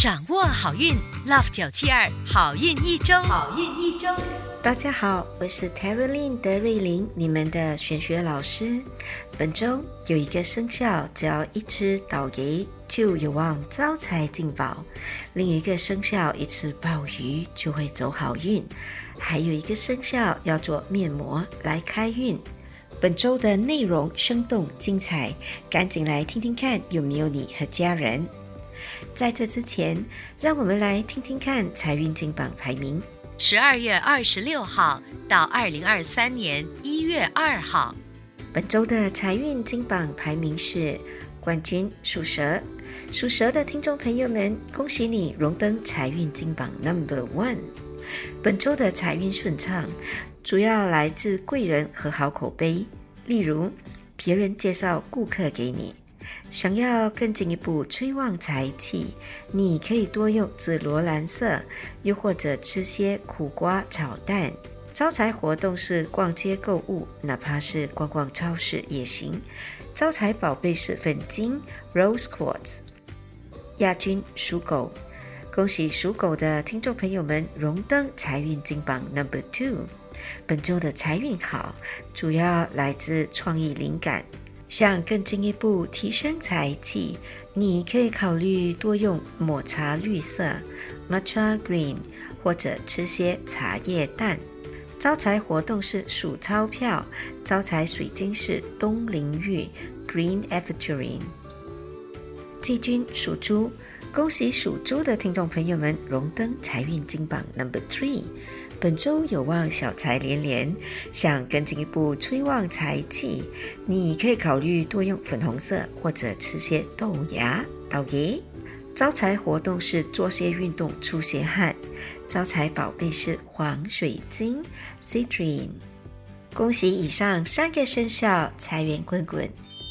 掌握好运 ，Love 972好运一周，好运一周。 大家好，我是 Terylin 德瑞琳，你们的玄学老师。本周有一个生肖，只要一吃倒霉就有望招财进宝；另一个生肖一吃鲍鱼就会走好运；还有一个生肖要做面膜来开运。本周的内容生动精彩，赶紧来听听看有没有你和家人。在这之前，让我们来听听看财运金榜排名。 12月26号到2023年1月2号， 本周的财运金榜排名是冠军属蛇。属蛇的听众朋友们，恭喜你荣登财运金榜 No.1。 本周的财运顺畅，主要来自贵人和好口碑，例如别人介绍顾客给你。想要更进一步催旺财气，你可以多用紫罗兰色，又或者吃些苦瓜炒蛋。招财活动是逛街购物，哪怕是逛逛超市也行。招财宝贝是粉晶 Rose Quartz。 亚军属狗，恭喜属狗的听众朋友们荣登财运金榜 No.2。 本周的财运好，主要来自创意灵感。想更进一步提升财气，你可以考虑多用抹茶绿色 Matcha Green， 或者吃些茶叶蛋。招财活动是数钞票，招财水晶是东陵玉 Green Aventurine。 季军属猪，恭喜属猪的听众朋友们荣登财运金榜 No.3。本周有望小财连连，想更进一步催旺财气，你可以考虑多用粉红色，或者吃些豆芽倒爷。招财活动是做些运动出些汗，招财宝贝是黄水晶 Citrine。 恭喜以上3个生肖财源滚滚。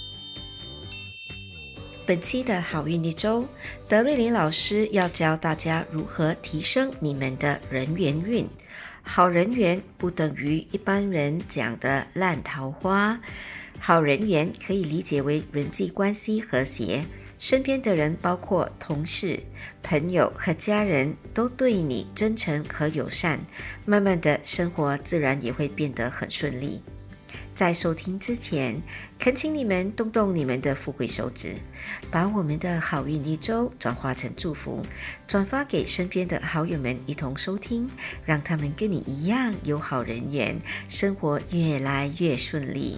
本期的好运一周，德瑞琳老师要教大家如何提升你们的人缘运。好人缘不等于一般人讲的烂桃花，好人缘可以理解为人际关系和谐，身边的人包括同事、朋友和家人都对你真诚和友善，慢慢的生活自然也会变得很顺利。在收听之前，恳请你们动动你们的富贵手指，把我们的好运一周转化成祝福，转发给身边的好友们一同收听，让他们跟你一样有好人缘，生活越来越顺利。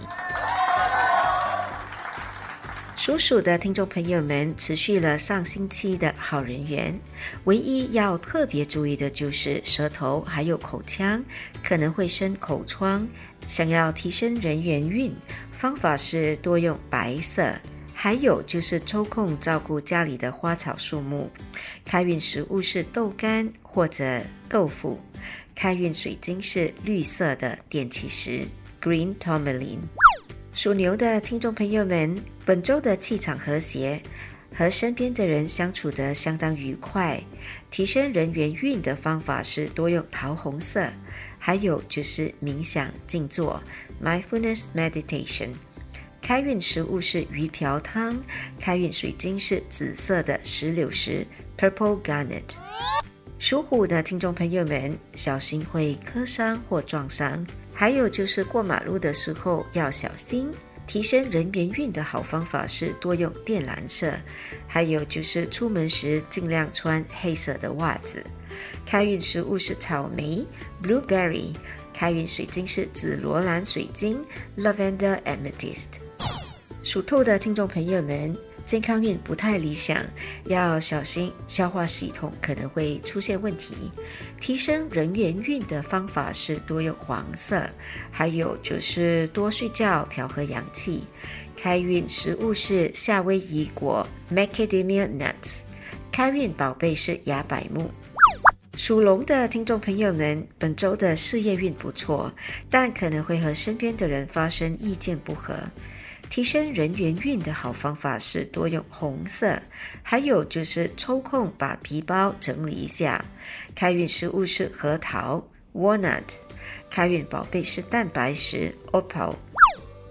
属鼠的听众朋友们持续了上星期的好人缘，唯一要特别注意的就是舌头还有口腔可能会生口疮。想要提升人缘运，方法是多用白色，还有就是抽空照顾家里的花草树木。开运食物是豆干或者豆腐，开运水晶是绿色的电气石 Green Tourmaline。 属牛的听众朋友们，本周的气场和谐，和身边的人相处得相当愉快。提升人缘运的方法是多用桃红色，还有就是冥想静坐 Mindfulness Meditation。 开运食物是鱼瓢汤，开运水晶是紫色的石榴石 Purple Garnet。 属虎的听众朋友们，小心会磕伤或撞伤，还有就是过马路的时候要小心。提升人缘运的好方法是多用靛蓝色，还有就是出门时尽量穿黑色的袜子。开运食物是草莓 Blueberry， 开运水晶是紫罗兰水晶 Lavender Amethyst。 属兔的听众朋友们，健康运不太理想，要小心消化系统可能会出现问题。提升人缘运的方法是多用黄色，还有就是多睡觉调和阳气。开运食物是夏威夷果 Macadamia Nuts， 开运宝贝是崖柏木。属龙的听众朋友们，本周的事业运不错，但可能会和身边的人发生意见不合。提升人缘运的好方法是多用红色，还有就是抽空把皮包整理一下。开运食物是核桃 Walnut， 开运宝贝是蛋白石 Opal。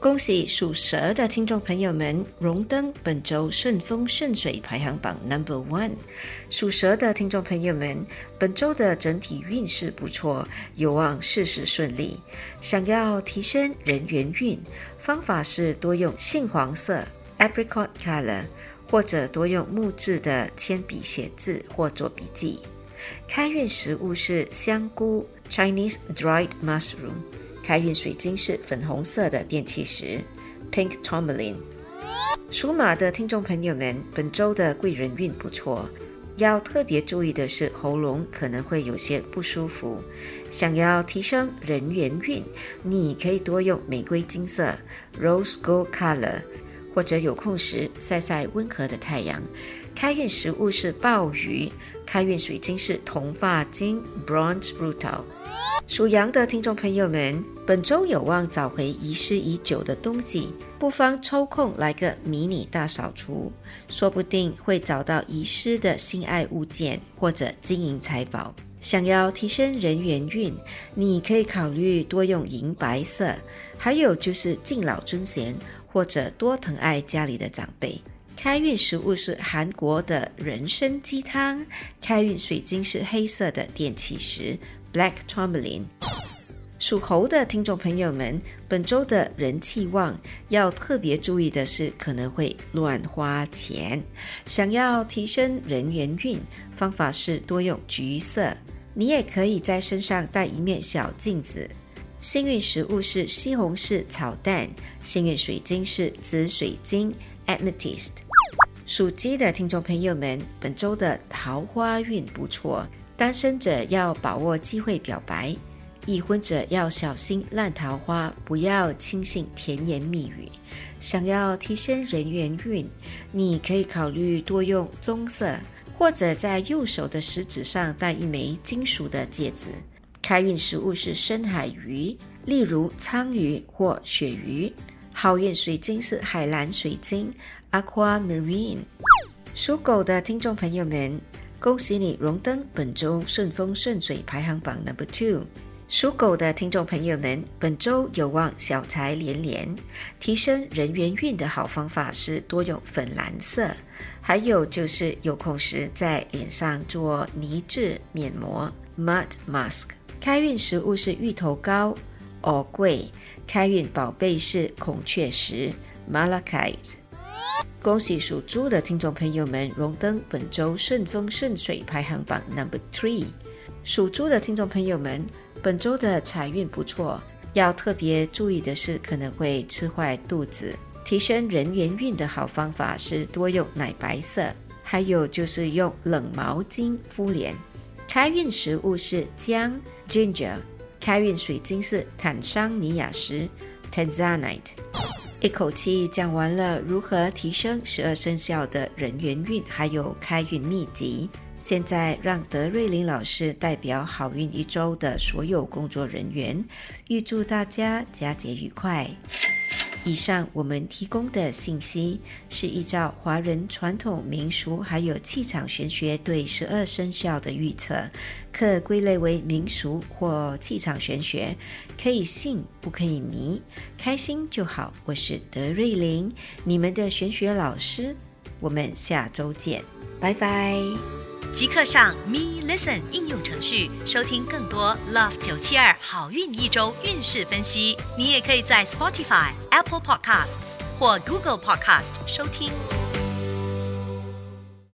恭喜属蛇的听众朋友们荣登本周顺风顺水排行榜 No.1。 属蛇的听众朋友们，本周的整体运势不错，有望事事顺利。想要提升人缘运，方法是多用杏黄色 Apricot Color， 或者多用木质的铅笔写字或做笔记。开运食物是香菇 Chinese Dried Mushroom，开运水晶是粉红色的电气石 Pink Tourmaline。 属马的听众朋友们，本周的贵人运不错，要特别注意的是喉咙可能会有些不舒服。想要提升人缘运，你可以多用玫瑰金色 Rose Gold Color， 或者有空时晒晒温和的太阳。开运食物是鲍鱼，开运水晶是铜发晶 Bronze Rutil。属羊的听众朋友们，本周有望找回遗失已久的东西，不妨抽空来个迷你大扫除，说不定会找到遗失的心爱物件或者金银财宝。想要提升人缘运，你可以考虑多用银白色，还有就是敬老尊贤，或者多疼爱家里的长辈。开运食物是韩国的人参鸡汤，开运水晶是黑色的电气石Black Tourmaline。 属猴的听众朋友们，本周的人气旺，要特别注意的是可能会乱花钱。想要提升人缘运，方法是多用橘色，你也可以在身上带一面小镜子。幸运食物是西红柿炒蛋，幸运水晶是紫水晶 Amethyst。 属鸡的听众朋友们，本周的桃花运不错，单身者要把握机会表白，已婚者要小心烂桃花，不要轻信甜言蜜语。想要提升人缘运，你可以考虑多用棕色，或者在右手的食指上戴一枚金属的戒指。开运食物是深海鱼，例如鲳鱼或鳕鱼。好运水晶是海蓝水晶 Aquamarine。 属狗的听众朋友们，恭喜你荣登本周顺风顺水排行榜 No.2。 属狗的听众朋友们，本周有望小财连连。提升人缘运的好方法是多用粉蓝色，还有就是有空时在脸上做泥质面膜 Mud Mask。 开运食物是芋头糕藕桂，开运宝贝是孔雀石 Malachite。 恭喜属猪的听众朋友们荣登本周顺风顺水排行榜 No.3。 属猪的听众朋友们，本周的财运不错，要特别注意的是可能会吃坏肚子。提升人缘运的好方法是多用奶白色，还有就是用冷毛巾敷脸。开运食物是姜 Ginger， 开运水晶是坦桑尼亚石 Tanzanite。 一口气讲完了如何提升12生肖的人缘运还有开运秘籍，现在让德瑞琳老师代表好运一周的所有工作人员，预祝大家佳节愉快。以上我们提供的信息是依照华人传统民俗还有气场玄学对12生肖的预测，可归类为民俗或气场玄学，可以信不可以迷，开心就好。我是德瑞琳，你们的玄学老师，我们下周见，拜拜。 即刻上 Me Listen 应用程序收听更多 Love 972好运一周运势分析。你也可以在 Spotify、Apple Podcasts 或 Google Podcast 收听。